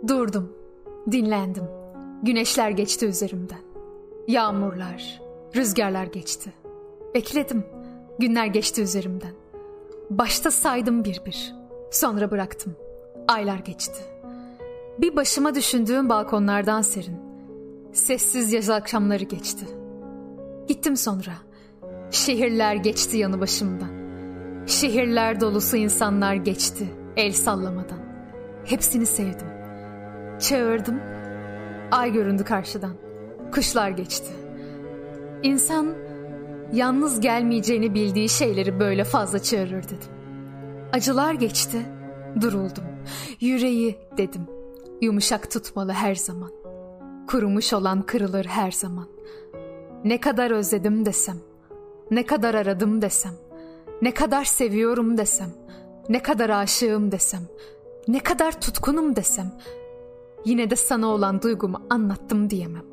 Durdum, dinlendim. Güneşler geçti üzerimden. Yağmurlar, rüzgarlar geçti. Bekledim, günler geçti üzerimden. Başta saydım bir bir, sonra bıraktım. Aylar geçti. Bir başıma düşündüğüm balkonlardan serin, sessiz yaz akşamları geçti. Gittim sonra. Şehirler geçti yanı başımdan. Şehirler dolusu insanlar geçti el sallamadan. Hepsini sevdim. Çağırdım. Ay göründü karşıdan. Kışlar geçti. İnsan yalnız gelmeyeceğini bildiği şeyleri böyle fazla çağırır dedim. Acılar geçti. Duruldum. Yüreği dedim. Yumuşak tutmalı her zaman. Kurumuş olan kırılır her zaman. Ne kadar özledim desem, ne kadar aradım desem, ne kadar seviyorum desem, ne kadar aşığım desem, ne kadar tutkunum desem, yine de sana olan duygumu anlattım diyemem.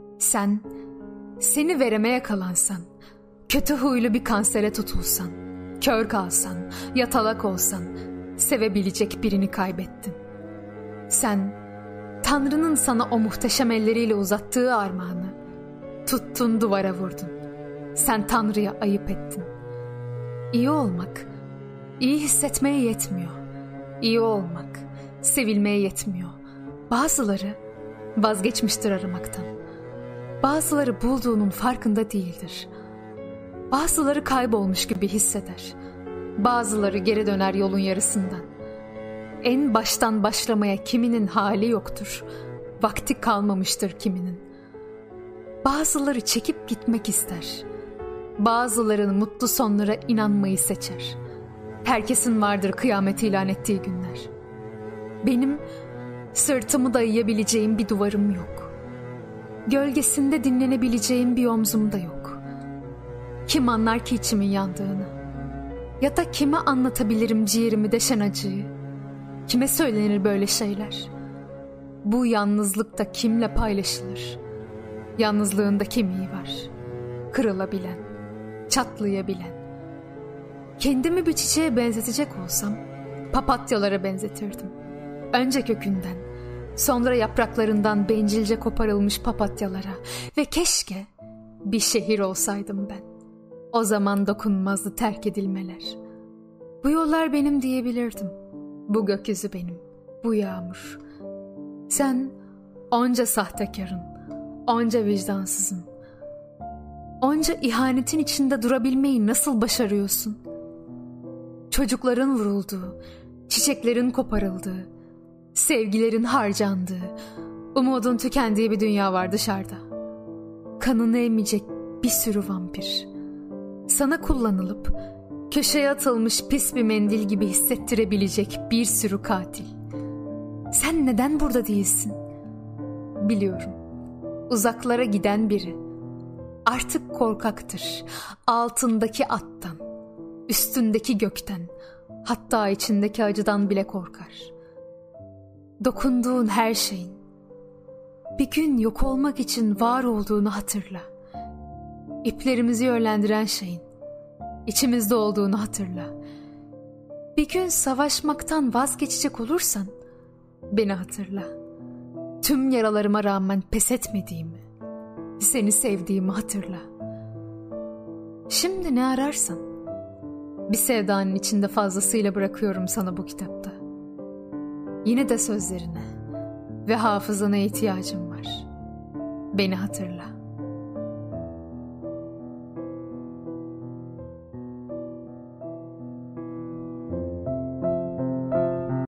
Seni veremeye kalansan, kötü huylu bir kansere tutulsan, kör kalsan, yatalak olsan, sevebilecek birini kaybettin. Sen, Tanrı'nın sana o muhteşem elleriyle uzattığı armağanı tuttun, duvara vurdun. Sen Tanrı'ya ayıp ettin. İyi olmak, iyi hissetmeye yetmiyor. İyi olmak, sevilmeye yetmiyor. Bazıları vazgeçmiştir aramaktan. Bazıları bulduğunun farkında değildir. Bazıları kaybolmuş gibi hisseder. Bazıları geri döner yolun yarısından. En baştan başlamaya kiminin hali yoktur. Vakti kalmamıştır kiminin. Bazıları çekip gitmek ister. Bazılarının mutlu sonlara inanmayı seçer. Herkesin vardır kıyamet ilan ettiği günler. Benim sırtımı dayayabileceğim bir duvarım yok. Gölgesinde dinlenebileceğim bir omzum da yok. Kim anlar ki içimin yandığını? Ya da kime anlatabilirim ciğerimi deşen acıyı? Kime söylenir böyle şeyler? Bu yalnızlıkta kimle paylaşılır? Yalnızlığında kim iyi var? Kırılabilen, çatlayabilen. Kendimi bir çiçeğe benzetecek olsam papatyalara benzetirdim. Önce kökünden, sonra yapraklarından bencilce koparılmış papatyalara ve keşke bir şehir olsaydım ben. O zaman dokunmazdı terk edilmeler. Bu yollar benim diyebilirdim. Bu gökyüzü benim, bu yağmur. Sen onca sahtekarın, onca vicdansızın, onca ihanetin içinde durabilmeyi nasıl başarıyorsun? Çocukların vurulduğu, çiçeklerin koparıldığı, sevgilerin harcandığı, umudun tükendiği bir dünya var dışarıda. Kanını emecek bir sürü vampir. Sana kullanılıp köşeye atılmış pis bir mendil gibi hissettirebilecek bir sürü katil. Sen neden burada değilsin? Biliyorum. Uzaklara giden biri. Artık korkaktır. Altındaki attan, üstündeki gökten, hatta içindeki acıdan bile korkar. Dokunduğun her şeyin bir gün yok olmak için var olduğunu hatırla. İplerimizi yönlendiren şeyin içimizde olduğunu hatırla. Bir gün savaşmaktan vazgeçecek olursan beni hatırla. Tüm yaralarıma rağmen pes etmediğimi, seni sevdiğimi hatırla. Şimdi ne ararsan bir sevdanın içinde fazlasıyla bırakıyorum sana bu kitapta. Yine de sözlerine ve hafızana ihtiyacım var. Beni hatırla.